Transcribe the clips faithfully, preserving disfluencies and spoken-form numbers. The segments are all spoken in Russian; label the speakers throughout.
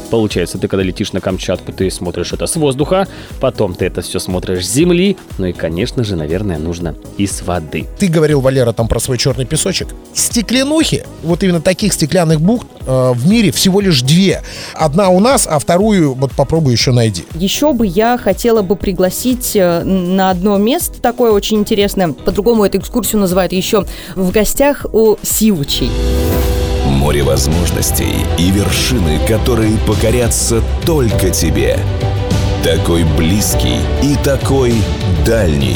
Speaker 1: Получается, ты когда летишь на Камчатку, ты смотришь это с воздуха, потом ты это все смотришь с земли, ну и, конечно же, наверное, нужно и с воды.
Speaker 2: Ты говорил, Валера, там про свой черный песочек. Стекленухи, вот именно таких стеклянных бухт э, в мире всего лишь две. Одна у нас, а вторую вот попробуй еще найди.
Speaker 3: Еще бы я хотела бы пригласить на одно место такое очень интересное. По-другому эту экскурсию называют еще «В гостях у Сивычей».
Speaker 4: Море возможностей и вершины, которые покорятся только тебе. Такой близкий и такой дальний.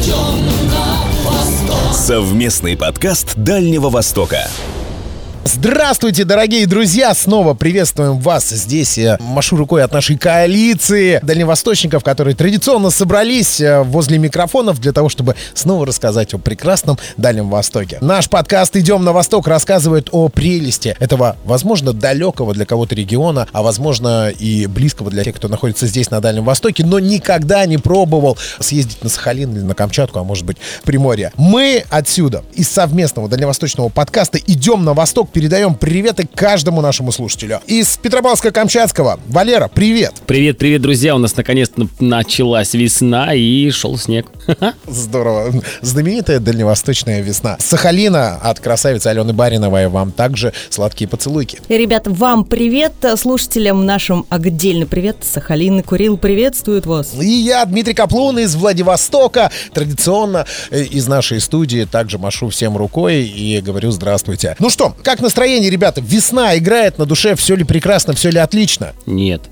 Speaker 4: Совместный подкаст Дальнего Востока.
Speaker 2: Здравствуйте, дорогие друзья! Снова приветствуем вас. Здесь я машу рукой от нашей коалиции дальневосточников, которые традиционно собрались возле микрофонов для того, чтобы снова рассказать о прекрасном Дальнем Востоке. Наш подкаст «Идем на Восток» рассказывает о прелести этого, возможно, далекого для кого-то региона, а возможно и близкого для тех, кто находится здесь, на Дальнем Востоке, но никогда не пробовал съездить на Сахалин или на Камчатку, а может быть, Приморье. Мы отсюда, из совместного дальневосточного подкаста «Идем на Восток», передаем приветы каждому нашему слушателю. Из Петропавловска-Камчатского. Валера, привет!
Speaker 1: Привет, привет, друзья! У нас наконец-то началась весна и шел снег.
Speaker 2: Здорово. Знаменитая дальневосточная весна. С Сахалина от красавицы Алены Бариновой вам также сладкие поцелуйки.
Speaker 3: Ребята, вам привет, слушателям нашим отдельный привет. Сахалин и Курил приветствуют вас.
Speaker 2: И я, Дмитрий Каплун из Владивостока. Традиционно из нашей студии также машу всем рукой и говорю здравствуйте. Ну что, как настроение, ребята? Весна играет на душе, все ли прекрасно, все ли отлично?
Speaker 1: Нет.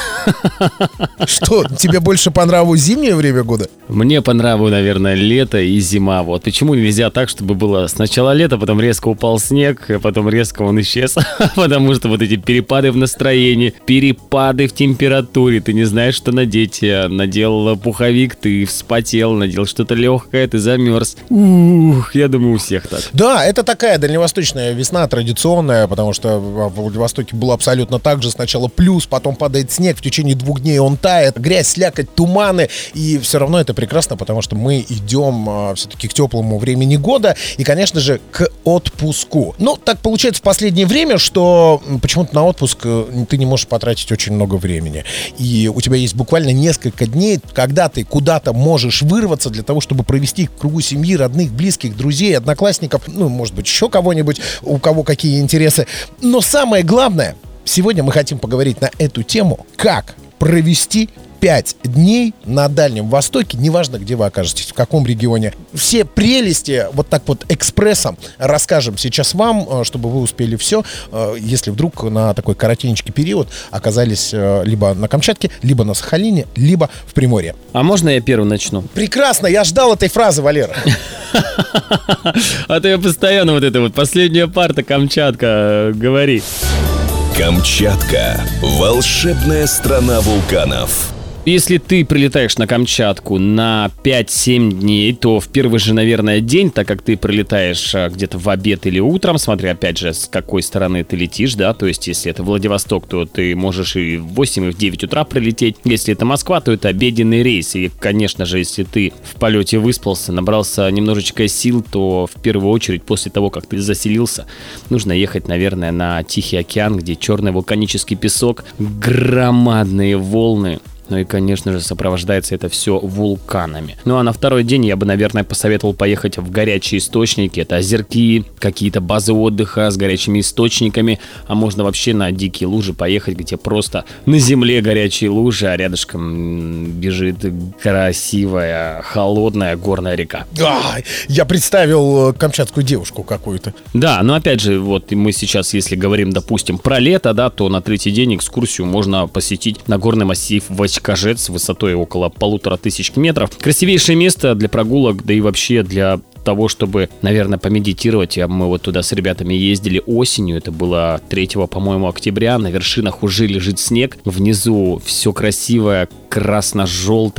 Speaker 2: Что, тебе больше по нраву зимнее время года?
Speaker 1: Мне по нраву, наверное, лето и зима. Вот почему нельзя так, чтобы было сначала лето, потом резко упал снег, а потом резко он исчез. Потому что вот эти перепады в настроении, перепады в температуре, ты не знаешь, что надеть. Надел пуховик, ты вспотел, надел что-то легкое, ты замерз. Ух, я думаю, у всех так.
Speaker 2: Да, это такая дальневосточная весна, традиционная, потому что в Владивостоке было абсолютно так же. Сначала плюс, потом падает снег, в течение двух дней он тает, грязь, слякоть, туманы, и все равно это прекрасно, потому что мы идем а, все-таки к теплому времени года и, конечно же, к отпуску. Ну, так получается в последнее время, что почему-то на отпуск ты не можешь потратить очень много времени, и у тебя есть буквально несколько дней, когда ты куда-то можешь вырваться для того, чтобы провести в кругу семьи, родных, близких, друзей, одноклассников, ну, может быть, еще кого-нибудь, у кого какие интересы. Но самое главное, сегодня мы хотим поговорить на эту тему, как провести пять дней на Дальнем Востоке, неважно, где вы окажетесь, в каком регионе. Все прелести вот так вот экспрессом расскажем сейчас вам, чтобы вы успели все, если вдруг на такой коротенький период оказались либо на Камчатке, либо на Сахалине, либо в Приморье.
Speaker 1: А можно я первым начну?
Speaker 2: Прекрасно, я ждал этой фразы, Валера.
Speaker 1: А то я постоянно вот это вот последняя парта Камчатка, говори.
Speaker 4: Камчатка – волшебная страна вулканов.
Speaker 1: Если ты прилетаешь на Камчатку на пять-семь дней, то в первый же, наверное, день, так как ты прилетаешь где-то в обед или утром, смотря, опять же, с какой стороны ты летишь, да, то есть, если это Владивосток, то ты можешь и в восемь, и в девять утра прилететь. Если это Москва, то это обеденный рейс. И, конечно же, если ты в полете выспался, набрался немножечко сил, то в первую очередь, после того, как ты заселился, нужно ехать, наверное, на Тихий океан, где черный вулканический песок, громадные волны. Ну и, конечно же, сопровождается это все вулканами. Ну а на второй день я бы, наверное, посоветовал поехать в горячие источники. Это озерки, какие-то базы отдыха с горячими источниками. А можно вообще на дикие лужи поехать, где просто на земле горячие лужи, а рядышком бежит красивая, холодная горная река.
Speaker 2: А, я представил камчатскую девушку какую-то.
Speaker 1: Да, но опять же, вот мы сейчас, если говорим, допустим, про лето, да, то на третий день экскурсию можно посетить на горный массив Вачкажет с высотой около полутора тысяч метров. Красивейшее место для прогулок, да и вообще для того, чтобы, наверное, помедитировать. Мы вот туда с ребятами ездили осенью, это было третьего, по-моему, октября. На вершинах уже лежит снег, внизу все красивое, красно-желтое.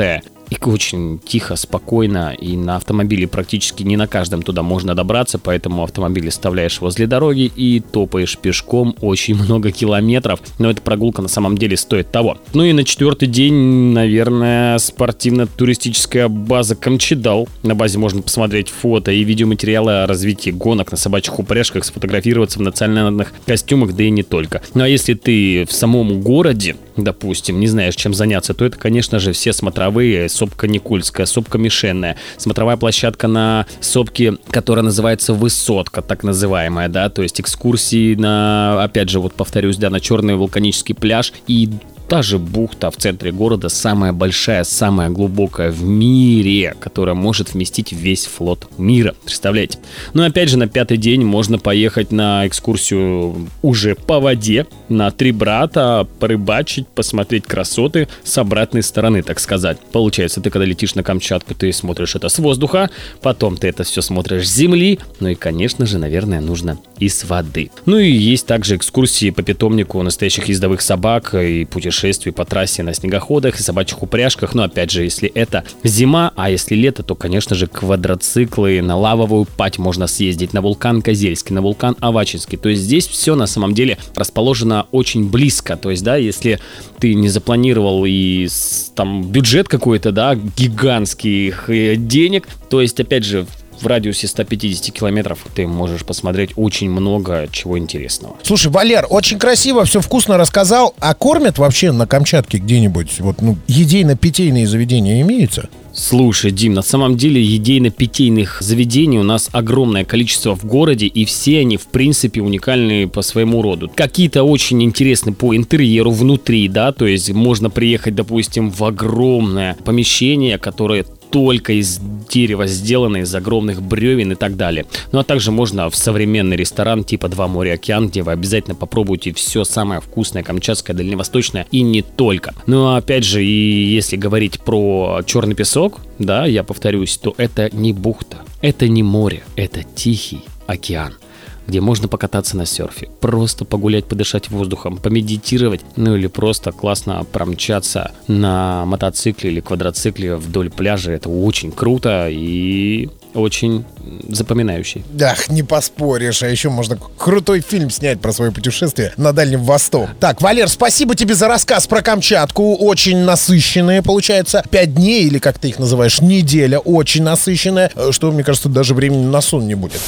Speaker 1: И очень тихо, спокойно, и на автомобиле практически не на каждом туда можно добраться, поэтому автомобиль оставляешь возле дороги и топаешь пешком очень много километров, но эта прогулка на самом деле стоит того. Ну и на четвертый день, наверное, спортивно-туристическая база Камчедал. На базе можно посмотреть фото и видеоматериалы о развитии гонок на собачьих упряжках, сфотографироваться в национальных костюмах, да и не только. Ну а если ты в самом городе, допустим, не знаешь, чем заняться, то это, конечно же, все смотровые, сопка Никольская, сопка Мишенная, смотровая площадка на сопке, которая называется Высотка, так называемая, да, то есть экскурсии на, опять же, вот повторюсь, да, на черный вулканический пляж и та же бухта в центре города, самая большая, самая глубокая в мире, которая может вместить весь флот мира. Представляете? Ну, опять же, на пятый день можно поехать на экскурсию уже по воде, на Три Брата, порыбачить, посмотреть красоты с обратной стороны, так сказать. Получается, ты когда летишь на Камчатку, ты смотришь это с воздуха, потом ты это все смотришь с земли, ну и, конечно же, наверное, нужно и с воды. Ну и есть также экскурсии по питомнику настоящих ездовых собак и путешествий по трассе на снегоходах и собачьих упряжках. Но опять же, если это зима, а если лето, то, конечно же, квадроциклы, на лавовую падь можно съездить, на вулкан Козельский, на вулкан Авачинский. То есть здесь все на самом деле расположено очень близко. То есть, да, если ты не запланировал и там бюджет какой-то, да, гигантских денег, то есть, опять же, в радиусе сто пятьдесят километров ты можешь посмотреть очень много чего интересного.
Speaker 2: Слушай, Валер, очень красиво, все вкусно рассказал. А кормят вообще на Камчатке где-нибудь? Вот, ну, едейно-питейные заведения имеются?
Speaker 1: Слушай, Дим, на самом деле едейно-питейных заведений у нас огромное количество в городе, и все они, в принципе, уникальны по своему роду. Какие-то очень интересны по интерьеру внутри, да, то есть можно приехать, допустим, в огромное помещение, которое только из дерева сделано, из огромных бревен и так далее. Ну а также можно в современный ресторан типа «Два моря океан», где вы обязательно попробуете все самое вкусное, камчатское, дальневосточное и не только. Ну а опять же, и если говорить про черный песок, да, я повторюсь, то это не бухта, это не море, это Тихий океан, где можно покататься на серфе, просто погулять, подышать воздухом, помедитировать, ну или просто классно промчаться на мотоцикле или квадроцикле вдоль пляжа. Это очень круто и очень запоминающий.
Speaker 2: Ах, не поспоришь. А еще можно крутой фильм снять про свое путешествие на Дальнем Востоке. Так, Валер, спасибо тебе за рассказ про Камчатку. Очень насыщенные, получается, пять дней, или как ты их называешь, неделя, очень насыщенная, что, мне кажется, даже времени на сон не будет.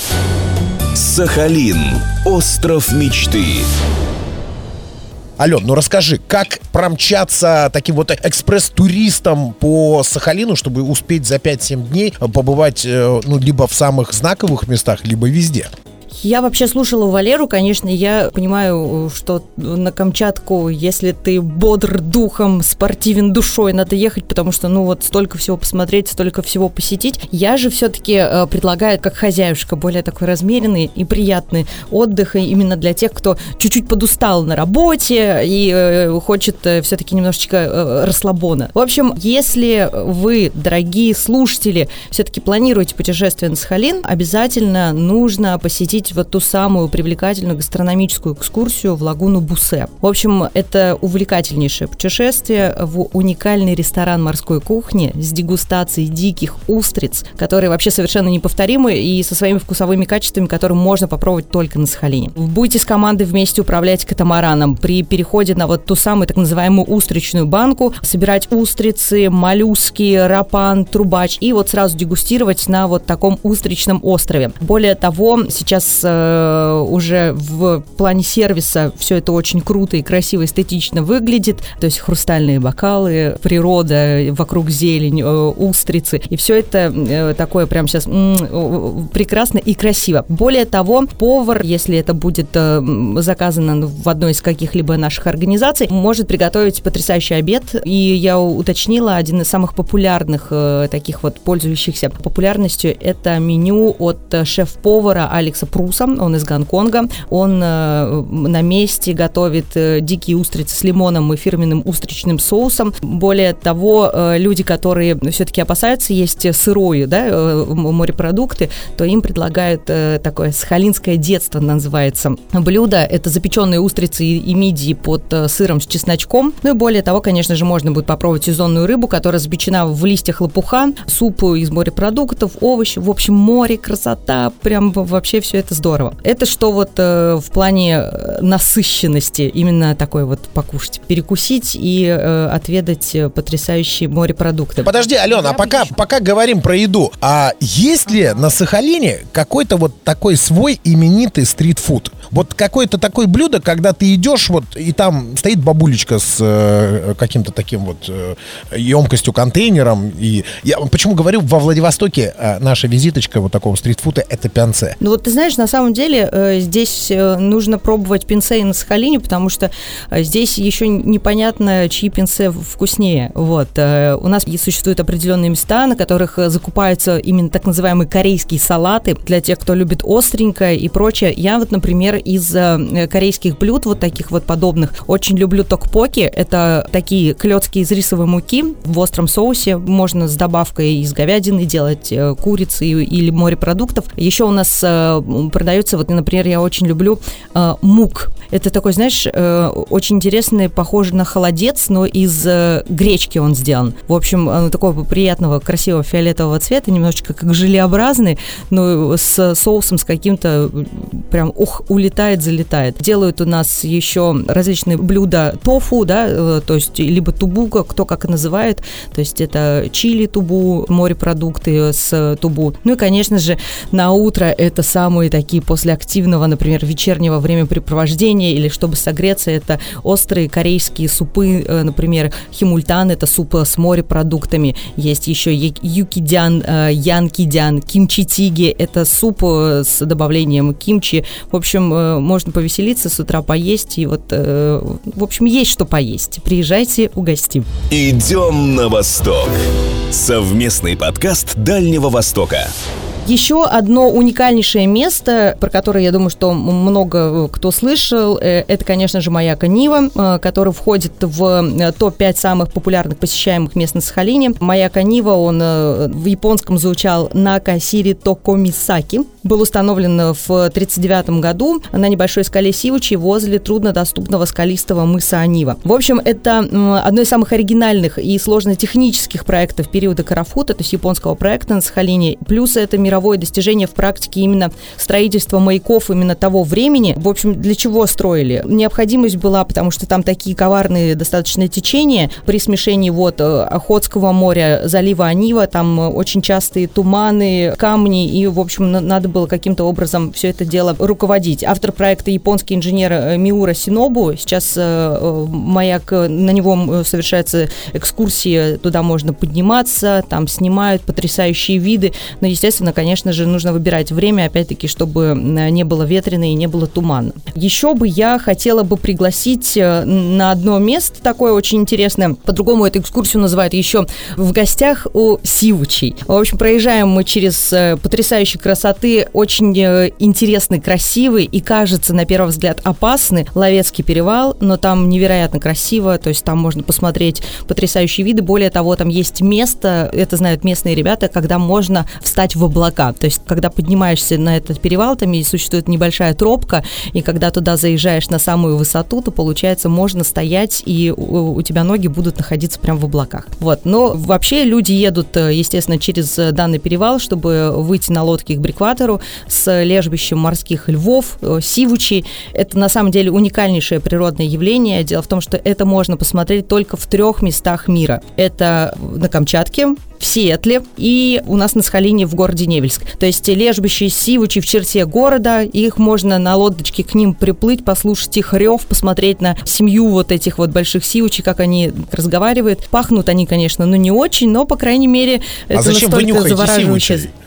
Speaker 4: Сахалин. Остров мечты.
Speaker 2: Ален, ну расскажи, как промчаться таким вот экспресс-туристом по Сахалину, чтобы успеть за пять-семь дней побывать, ну, либо в самых знаковых местах, либо везде?
Speaker 3: Я вообще слушала Валеру, конечно, я понимаю, что на Камчатку, если ты бодр духом, спортивен душой, надо ехать, потому что, ну, вот столько всего посмотреть, столько всего посетить. Я же все-таки э, предлагаю, как хозяюшка, более такой размеренный и приятный отдых именно для тех, кто чуть-чуть подустал на работе и э, хочет э, все-таки немножечко э, расслабона. В общем, если вы, дорогие слушатели, все-таки планируете путешествие на Сахалин, обязательно нужно посетить вот ту самую привлекательную гастрономическую экскурсию в лагуну Бусе. В общем, это увлекательнейшее путешествие в уникальный ресторан морской кухни с дегустацией диких устриц, которые вообще совершенно неповторимы и со своими вкусовыми качествами, которые можно попробовать только на Сахалине. Будете с командой вместе управлять катамараном. При переходе на вот ту самую так называемую устричную банку собирать устрицы, моллюски, рапан, трубач и вот сразу дегустировать на вот таком устричном острове. Более того, сейчас уже в плане сервиса все это очень круто и красиво, эстетично выглядит. То есть хрустальные бокалы, природа, вокруг зелень, устрицы. И все это такое прямо сейчас м-м, прекрасно и красиво. Более того, повар, если это будет заказано в одной из каких-либо наших организаций, может приготовить потрясающий обед. И я уточнила, один из самых популярных, таких вот пользующихся популярностью, это меню от шеф-повара Алекса Пру. Пруса, он из Гонконга. Он на месте готовит дикие устрицы с лимоном и фирменным устричным соусом. Более того, люди, которые все-таки опасаются есть сырую, да, морепродукты, то им предлагают такое сахалинское детство, называется блюдо. Это запеченные устрицы и мидии под сыром с чесночком. Ну и более того, конечно же, можно будет попробовать сезонную рыбу, которая запечена в листьях лопуха, суп из морепродуктов, овощи. В общем, море, красота, прям вообще все это здорово. Это что вот э, в плане насыщенности, именно такой вот покушать, перекусить и э, отведать потрясающие морепродукты.
Speaker 2: Подожди, Алена, а пока, пока говорим про еду, а есть ли на Сахалине какой-то вот такой свой именитый стритфуд? Вот какое-то такое блюдо, когда ты идешь, вот, и там стоит бабулечка с э, каким-то таким вот э, емкостью, контейнером. И я почему говорю, во Владивостоке э, наша визиточка вот такого стритфуда — это пянце.
Speaker 3: Ну вот ты знаешь, на самом деле э, здесь э, нужно пробовать пинце и на Сахалине, потому что э, здесь еще непонятно, чьи пинце вкуснее. Вот. Э, у нас существуют определенные места, на которых э, закупаются именно так называемые корейские салаты для тех, кто любит остренькое и прочее. Я вот, например, из э, корейских блюд, вот таких вот подобных, очень люблю токпоки. Это такие клёцки из рисовой муки в остром соусе. Можно с добавкой из говядины делать, э, курицы или морепродуктов. Еще у нас э, продается, вот, например, я очень люблю э, мук. Это такой, знаешь, э, очень интересный, похожий на холодец, но из э, гречки он сделан. В общем, он такого приятного, красивого фиолетового цвета, немножечко как желеобразный, но с соусом, с каким-то прям, ух, улетает, залетает. Делают у нас еще различные блюда тофу, да, э, то есть либо тубука, кто как и называет, то есть это чили тубу, морепродукты с тубу. Ну и, конечно же, на утро это самые такие после активного, например, вечернего времяпрепровождения или чтобы согреться, это острые корейские супы, например, химультан, это суп с морепродуктами. Есть еще юкидян, янкидян, кимчи-тиги, это суп с добавлением кимчи. В общем, можно повеселиться, с утра поесть, и вот, в общем, есть что поесть. Приезжайте, угостим.
Speaker 4: Идем на восток. Совместный подкаст Дальнего Востока.
Speaker 3: Еще одно уникальнейшее место, про которое, я думаю, что много кто слышал, это, конечно же, маяк Нива, который входит в топ пять самых популярных посещаемых мест на Сахалине. Маяк Нива, он в японском звучал Накасири Токомисаки, был установлен в тридцать девятом году на небольшой скале Сивучи возле труднодоступного скалистого мыса Анива. В общем, это одно из самых оригинальных и сложно-технических проектов периода Карафута, то есть японского проекта на Сахалине. Плюс это мировое достижение в практике именно строительства маяков именно того времени. В общем, для чего строили? Необходимость была, потому что там такие коварные достаточно течения при смешении вот Охотского моря, залива Анива, там очень частые туманы, камни, и, в общем, надо было каким-то образом все это дело руководить. Автор проекта — японский инженер Миура Синобу. Сейчас э, маяк, на него совершается экскурсии, туда можно подниматься, там снимают потрясающие виды, но, естественно, конечно же, нужно выбирать время, опять-таки, чтобы не было ветрено и не было туманно. Еще бы я хотела бы пригласить на одно место такое очень интересное, по-другому эту экскурсию называют еще «В гостях у Сивучей». В общем, проезжаем мы через потрясающей красоты, очень интересный, красивый и, кажется, на первый взгляд, опасный Ловецкий перевал, но там невероятно красиво, то есть там можно посмотреть потрясающие виды. Более того, там есть место, это знают местные ребята, когда можно встать в облака. То есть, когда поднимаешься на этот перевал, там и существует небольшая тропка, и когда туда заезжаешь на самую высоту, то, получается, можно стоять, и у, у тебя ноги будут находиться прямо в облаках. Вот. Но вообще люди едут, естественно, через данный перевал, чтобы выйти на лодке к Брикватору с лежбищем морских львов, Сивучи. Это, на самом деле, уникальнейшее природное явление. Дело в том, что это можно посмотреть только в трех местах мира. Это на Камчатке, в Сиэтле и у нас на Сахалине в городе Невельск. То есть лежбище Сивучи в черте города, их можно на лодочке к ним приплыть, послушать их рев, посмотреть на семью вот этих вот больших Сивучи, как они разговаривают. Пахнут они, конечно, ну не очень, но, по крайней мере,
Speaker 2: а
Speaker 3: это
Speaker 2: зачем вы
Speaker 3: настолько
Speaker 2: нюхаете
Speaker 3: завораживающе.
Speaker 2: Сивучи?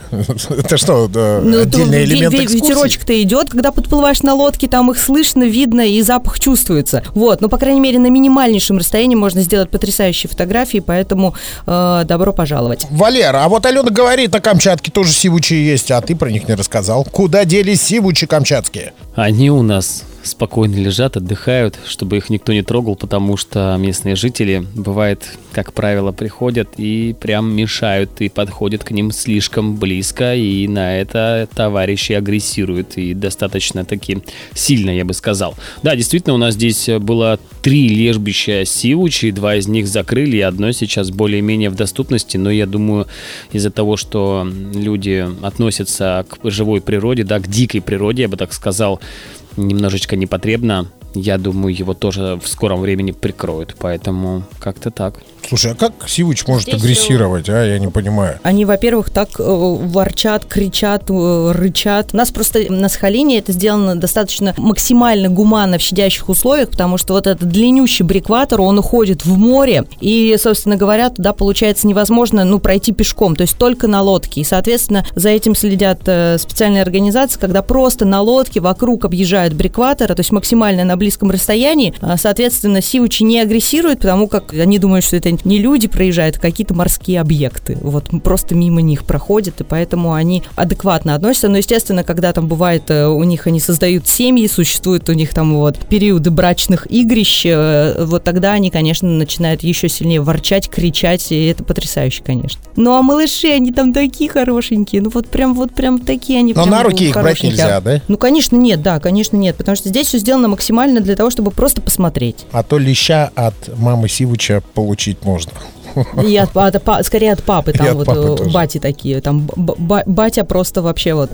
Speaker 2: Это что, ну, отдельный элемент экскурсии?
Speaker 3: Ветерочек-то идет, когда подплываешь на лодке, там их слышно, видно и запах чувствуется. Вот, ну, по крайней мере, на минимальнейшем расстоянии можно сделать потрясающие фотографии, поэтому э, добро пожаловать.
Speaker 2: Валер, а вот Алена говорит, на Камчатке тоже сивучи есть, а ты про них не рассказал. Куда делись сивучи камчатские?
Speaker 1: Они у нас спокойно лежат, отдыхают, чтобы их никто не трогал, потому что местные жители, бывает, как правило, приходят и прям мешают и подходят к ним слишком близко, и на это товарищи агрессируют, и достаточно таки сильно, я бы сказал. Да, действительно, у нас здесь было три лежбища сивучей, два из них закрыли, и одно сейчас более-менее в доступности, но я думаю, из-за того, что люди относятся к живой природе, да, к дикой природе, я бы так сказал, немножечко непотребно, я думаю, его тоже в скором времени прикроют, поэтому как-то так.
Speaker 2: Слушай, а как сивуч может
Speaker 3: Здесь
Speaker 2: агрессировать, а? Я не понимаю.
Speaker 3: Они, во-первых, так э, ворчат, кричат, э, рычат. У нас просто на Сахалине это сделано достаточно максимально гуманно в щадящих условиях, потому что вот этот длиннющий брикватор, он уходит в море, и, собственно говоря, туда, получается, невозможно, ну, пройти пешком, то есть только на лодке. И, соответственно, за этим следят э, специальные организации, когда просто на лодке вокруг объезжают брикватора, то есть максимально на близком расстоянии. Соответственно, сивучи не агрессируют, потому как они думают, что это не люди проезжают, а какие-то морские объекты. Вот просто мимо них проходят, и поэтому они адекватно относятся. Но, естественно, когда там бывает, у них они создают семьи, существуют у них там вот периоды брачных игрищ, вот тогда они, конечно, начинают еще сильнее ворчать, кричать, и это потрясающе, конечно. Ну, а малыши, они там такие хорошенькие, ну вот прям вот прям такие они.
Speaker 2: Но
Speaker 3: прям,
Speaker 2: на руки
Speaker 3: ну,
Speaker 2: их брать нельзя, да?
Speaker 3: Ну, конечно, нет, да, конечно, нет, потому что здесь все сделано максимально для того, чтобы просто посмотреть.
Speaker 2: А то леща от мамы сивуча получить можно.
Speaker 3: И от, от, скорее от папы, там
Speaker 2: от
Speaker 3: вот
Speaker 2: папы
Speaker 3: бати такие, там б, батя просто вообще вот,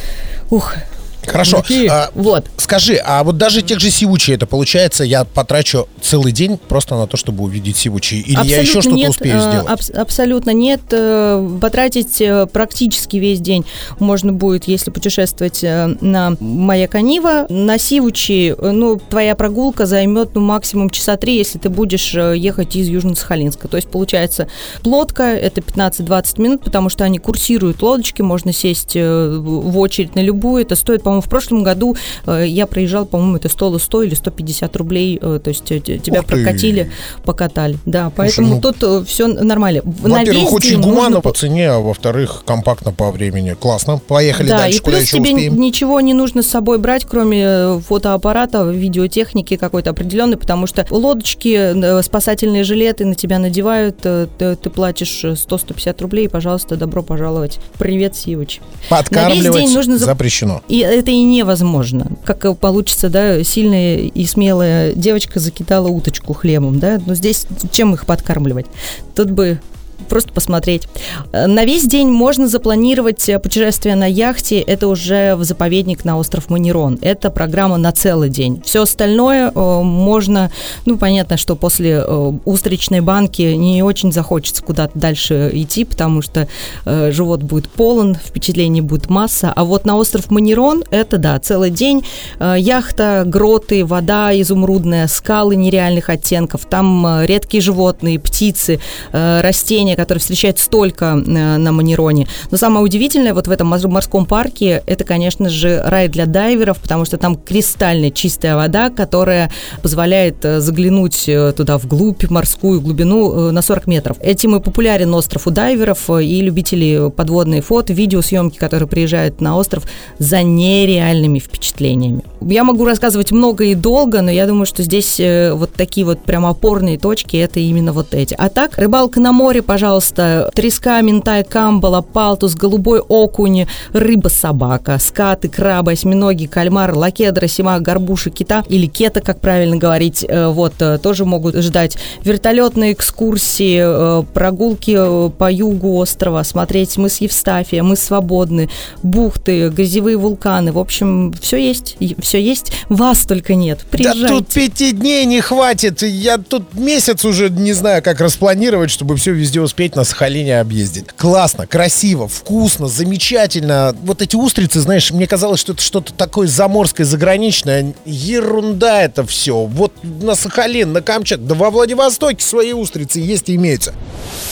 Speaker 3: ух.
Speaker 2: Хорошо, а,
Speaker 3: вот.
Speaker 2: Скажи, а вот даже тех же сивучей, это получается, я потрачу целый день просто на то, чтобы увидеть сивучей? Или абсолютно я еще что-то
Speaker 3: нет,
Speaker 2: успею сделать?
Speaker 3: Аб- абсолютно нет. Потратить практически весь день можно будет, если путешествовать на Маяк Анива. На сивучи, ну, твоя прогулка займет, ну, максимум часа три, если ты будешь ехать из Южно-Сахалинска. То есть, получается, лодка, это пятнадцать-двадцать минут, потому что они курсируют лодочки, можно сесть в очередь на любую, это стоит, по-моему, в прошлом году э, я проезжал, по-моему, это стоило сто или сто пятьдесят рублей, э, то есть э, тебя прокатили, покатали. Да, поэтому Слушай, ну, тут э, все нормально.
Speaker 2: Во-первых, очень гуманно можно... по цене, а во-вторых, компактно по времени. Классно. Поехали
Speaker 3: да,
Speaker 2: дальше, куда еще
Speaker 3: тебе
Speaker 2: успеем?
Speaker 3: Ничего не нужно с собой брать, кроме фотоаппарата, видеотехники какой-то определенной, потому что лодочки, спасательные жилеты на тебя надевают, ты, ты платишь сто-сто пятьдесят рублей, и, пожалуйста, добро пожаловать. Привет, сивуч.
Speaker 2: Подкармливать нужно... запрещено.
Speaker 3: И это и невозможно. Как получится, да, сильная и смелая девочка закидала уточку хлебом, да, но здесь чем их подкармливать? Тут бы просто посмотреть. На весь день можно запланировать путешествие на яхте. Это уже в заповедник на остров Манерон. Это программа на целый день. Все остальное э, можно... Ну, понятно, что после э, устричной банки не очень захочется куда-то дальше идти, потому что э, живот будет полон, впечатлений будет масса. А вот на остров Манерон это, да, целый день. Э, яхта, гроты, вода изумрудная, скалы нереальных оттенков. Там э, редкие животные, птицы, э, растения, которые встречаются только на Манероне. Но самое удивительное вот в этом морском парке, это, конечно же, рай для дайверов, потому что там кристально чистая вода, которая позволяет заглянуть туда вглубь, морскую глубину на сорок метров. Этим и популярен остров у дайверов и любителей подводной фото, видеосъемки, которые приезжают на остров за нереальными впечатлениями. Я могу рассказывать много и долго, но я думаю, что здесь вот такие вот прям опорные точки, это именно вот эти. А так, рыбалка на море, пожалуйста, треска, минтай, камбала, палтус, голубой окунь, рыба-собака, скаты, крабы, осьминоги, кальмар, лакедра, симак, горбуша, кита или кета, как правильно говорить, вот, тоже могут ждать вертолетные экскурсии, прогулки по югу острова, смотреть мыс Евстафия, мыс Свободный, бухты, грязевые вулканы, в общем, все есть, все есть, вас только нет, приезжайте.
Speaker 2: Да тут пяти дней не хватит, я тут месяц уже не знаю, как распланировать, чтобы все везде успеть на Сахалине объездить. Классно, красиво, вкусно, замечательно. Вот эти устрицы, знаешь, мне казалось, что это что-то такое заморское, заграничное. Ерунда это все. Вот на Сахалин, на Камчатке, да во Владивостоке свои устрицы есть и имеются.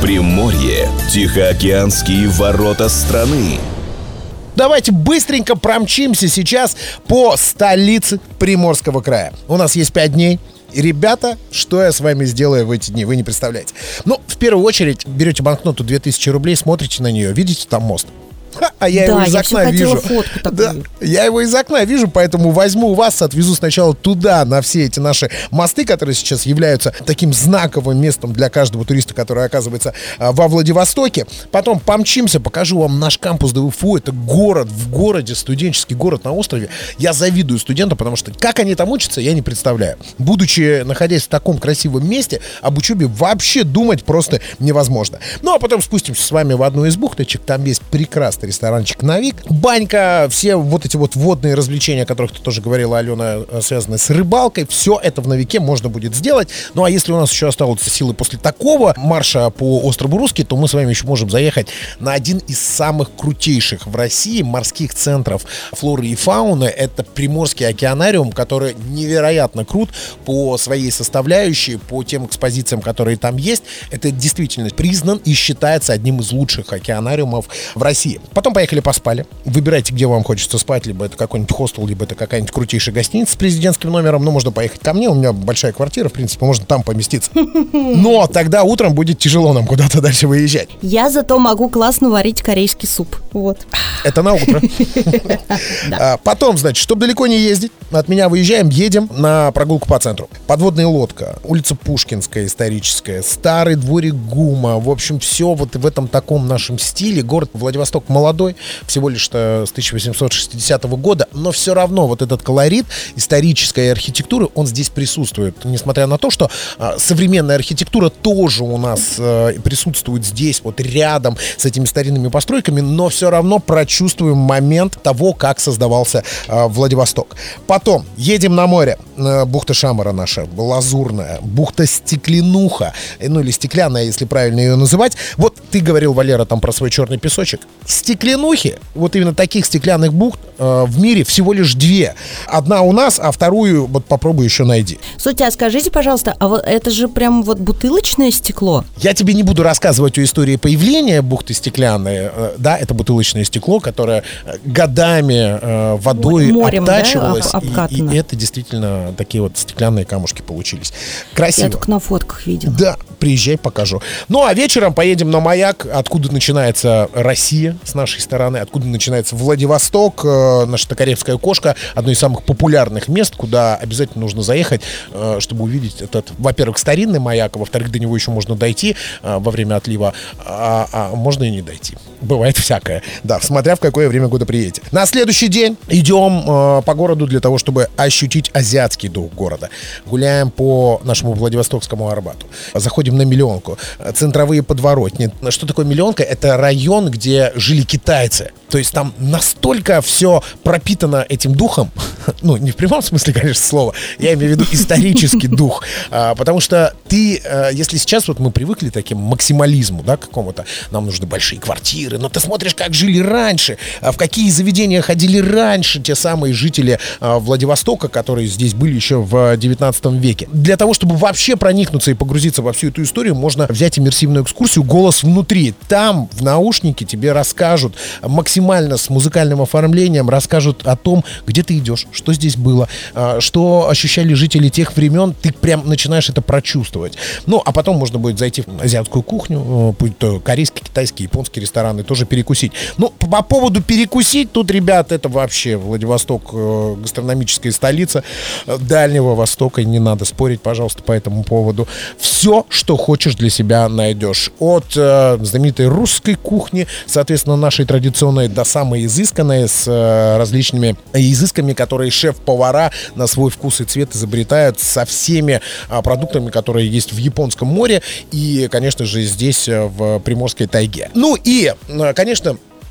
Speaker 4: Приморье. Тихоокеанские ворота страны.
Speaker 2: Давайте быстренько промчимся сейчас по столице Приморского края. У нас есть пять дней. И, ребята, что я с вами сделаю в эти дни, вы не представляете. Ну, в первую очередь, берете банкноту две тысячи рублей, смотрите на нее, видите там мост? Ха, а я
Speaker 3: да,
Speaker 2: его из
Speaker 3: я
Speaker 2: окна вижу. Да, я его из окна вижу, поэтому возьму вас, отвезу сначала туда, на все эти наши мосты, которые сейчас являются таким знаковым местом для каждого туриста, который оказывается а, во Владивостоке. Потом помчимся, покажу вам наш кампус ДВФУ. Это город в городе, студенческий город на острове. Я завидую студентам, потому что как они там учатся, я не представляю. Будучи, находясь в таком красивом месте, об учебе вообще думать просто невозможно. Ну, а потом спустимся с вами в одну из бухточек. Там есть прекрасный ресторанчик «Навик», банька, все вот эти вот водные развлечения, о которых ты тоже говорила, Алена, связанные с рыбалкой, все это в «Навике» можно будет сделать. Ну, а если у нас еще осталось силы после такого марша по острову Русский, то мы с вами еще можем заехать на один из самых крутейших в России морских центров флоры и фауны. Это Приморский океанариум, который невероятно крут по своей составляющей, по тем экспозициям, которые там есть. Это действительно признан и считается одним из лучших океанариумов в России. Потом поехали поспали. Выбирайте, где вам хочется спать. Либо это какой-нибудь хостел, либо это какая-нибудь крутейшая гостиница с президентским номером. Ну, можно поехать ко мне. У меня большая квартира, в принципе, можно там поместиться. Но тогда утром будет тяжело нам куда-то дальше выезжать.
Speaker 3: Я зато могу классно варить корейский суп. Вот.
Speaker 2: Это на утро. Потом, значит, чтобы далеко не ездить, от меня выезжаем, едем на прогулку по центру. Подводная лодка, улица Пушкинская историческая, старый дворик ГУМа. В общем, все вот в этом таком нашем стиле. Город Владивосток молодой, всего лишь-то с тысяча восемьсот шестидесятого года, но все равно вот этот колорит исторической архитектуры, он здесь присутствует. Несмотря на то, что а, современная архитектура тоже у нас а, присутствует здесь, вот рядом с этими старинными постройками, но все равно прочувствуем момент того, как создавался а, Владивосток. Потом едем на море. А, бухта Шамара наша, лазурная, бухта Стеклянуха, ну или стеклянная, если правильно ее называть. Вот ты говорил, Валера, там про свой черный песочек. Стеклянухи, вот именно таких стеклянных бухт э, в мире всего лишь две. Одна у нас, а вторую вот попробуй еще найди.
Speaker 3: Слушайте, а скажите, пожалуйста, а вот это же прям вот бутылочное стекло?
Speaker 2: Я тебе не буду рассказывать о истории появления бухты стеклянной. Э, да, это бутылочное стекло, которое годами э, водой Морем, обтачивалось. Да, об- и, и это действительно такие вот стеклянные камушки получились. Красиво.
Speaker 3: Я только на фотках видел.
Speaker 2: Да, приезжай, покажу. Ну, а вечером поедем на маяк, откуда начинается Россия с нашей стороны, откуда начинается Владивосток, э, наша Токаревская кошка, одно из самых популярных мест, куда обязательно нужно заехать, э, чтобы увидеть этот, во-первых, старинный маяк, а во-вторых, до него еще можно дойти э, во время отлива, а, а можно и не дойти. Бывает всякое, да, смотря в какое время года приедете. На следующий день идем э, по городу для того, чтобы ощутить азиатский дух города. Гуляем по нашему Владивостокскому Арбату, заходим на Миллионку, центровые подворотни. Что такое Миллионка? Это район, где жили китайцы. То есть там настолько все пропитано этим духом, ну, не в прямом смысле, конечно, слова, я имею в виду исторический дух, а, потому что ты, а, если сейчас вот мы привыкли к таким максимализму, да, какому-то, нам нужны большие квартиры, но ты смотришь, как жили раньше, а в какие заведения ходили раньше те самые жители а, Владивостока, которые здесь были еще в девятнадцатом веке. Для того, чтобы вообще проникнуться и погрузиться во всю эту историю, можно взять иммерсивную экскурсию «Голос внутри». Там в наушнике тебе расскажут максимально с музыкальным оформлением, расскажут о том, где ты идешь, что здесь было, что ощущали жители тех времен. Ты прям начинаешь это прочувствовать. Ну, а потом можно будет зайти в азиатскую кухню, будь то корейские, китайские, японские рестораны, тоже перекусить. Ну, по, по поводу перекусить, тут, ребят, это вообще Владивосток, гастрономическая столица Дальнего Востока, не надо спорить, пожалуйста, по этому поводу. Все, что хочешь, для себя найдешь. От э, знаменитой русской кухни, соответственно, нашей традиционной, до самой изысканной, с э, различными изысками, которые шеф-повара на свой вкус и цвет изобретают, со всеми э, продуктами, которые есть в Японском море и, конечно же, здесь, э, в Приморской тайге. Ну и, э, конечно,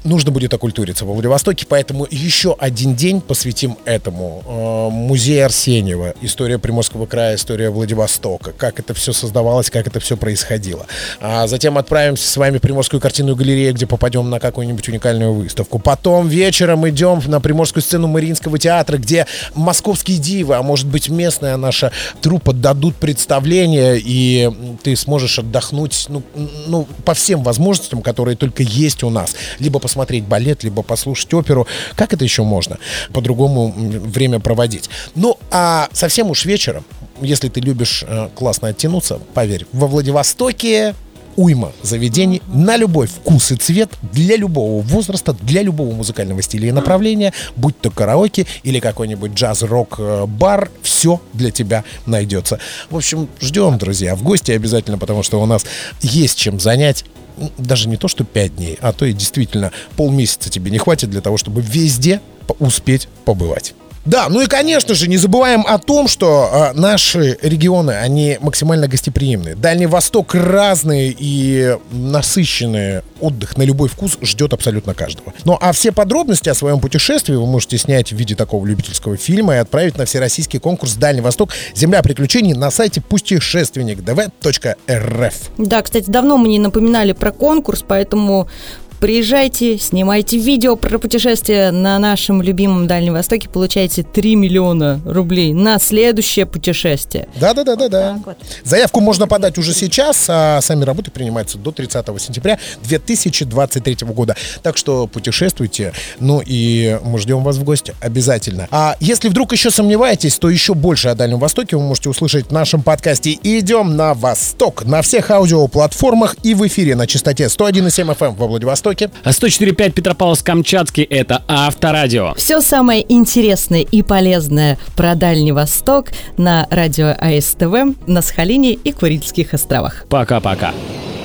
Speaker 2: нужно будет окультуриться во Владивостоке, поэтому еще один день посвятим этому. Музей Арсеньева, история Приморского края, история Владивостока, как это все создавалось, как это все происходило. А затем отправимся с вами в Приморскую картинную галерею, где попадем на какую-нибудь уникальную выставку. Потом вечером идем на Приморскую сцену Мариинского театра, где московские дивы, а может быть местная наша труппа дадут представление, и ты сможешь отдохнуть, ну, ну, по всем возможностям, которые только есть у нас. Либо посмотреть балет, либо послушать оперу. Как это еще можно по-другому время проводить? Ну, а совсем уж вечером, если ты любишь э, классно оттянуться, поверь, во Владивостоке уйма заведений на любой вкус и цвет, для любого возраста, для любого музыкального стиля и направления, будь то караоке или какой-нибудь джаз-рок-бар, все для тебя найдется. В общем, ждем, друзья, в гости обязательно, потому что у нас есть чем занять. Даже не то, что пять дней, а то и действительно полмесяца тебе не хватит для того, чтобы везде успеть побывать. Да, ну и, конечно же, не забываем о том, что э, наши регионы, они максимально гостеприимные. Дальний Восток разный и насыщенный отдых на любой вкус ждет абсолютно каждого. Ну а все подробности о своем путешествии вы можете снять в виде такого любительского фильма и отправить на всероссийский конкурс «Дальний Восток. Земля приключений» на сайте путешественник дэ вэ точка эр эф.
Speaker 3: Да, кстати, давно мы не напоминали про конкурс, поэтому... Приезжайте, снимайте видео про путешествие на нашем любимом Дальнем Востоке, получайте три миллиона рублей на следующее путешествие.
Speaker 2: Да-да-да-да-да. Вот. Заявку можно подать уже сейчас, а сами работы принимаются до тридцатого сентября две тысячи двадцать третьего года. Так что путешествуйте, ну и мы ждем вас в гости обязательно. А если вдруг еще сомневаетесь, то еще больше о Дальнем Востоке вы можете услышать в нашем подкасте «Идем на Восток» на всех аудиоплатформах и в эфире на частоте сто один и семь эф эм во Владивостоке.
Speaker 1: А сто четыре и пять Петропавловск-Камчатский — это Авторадио.
Speaker 3: Все самое интересное и полезное про Дальний Восток на радио а эс тэ вэ на Сахалине и Курильских островах.
Speaker 1: Пока-пока.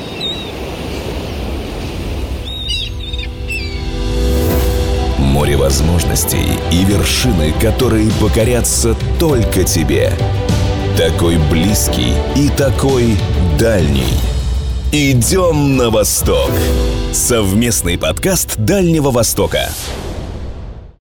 Speaker 4: Море возможностей и вершины, которые покорятся только тебе. Такой близкий и такой дальний. «Идем на восток» — совместный подкаст Дальнего Востока.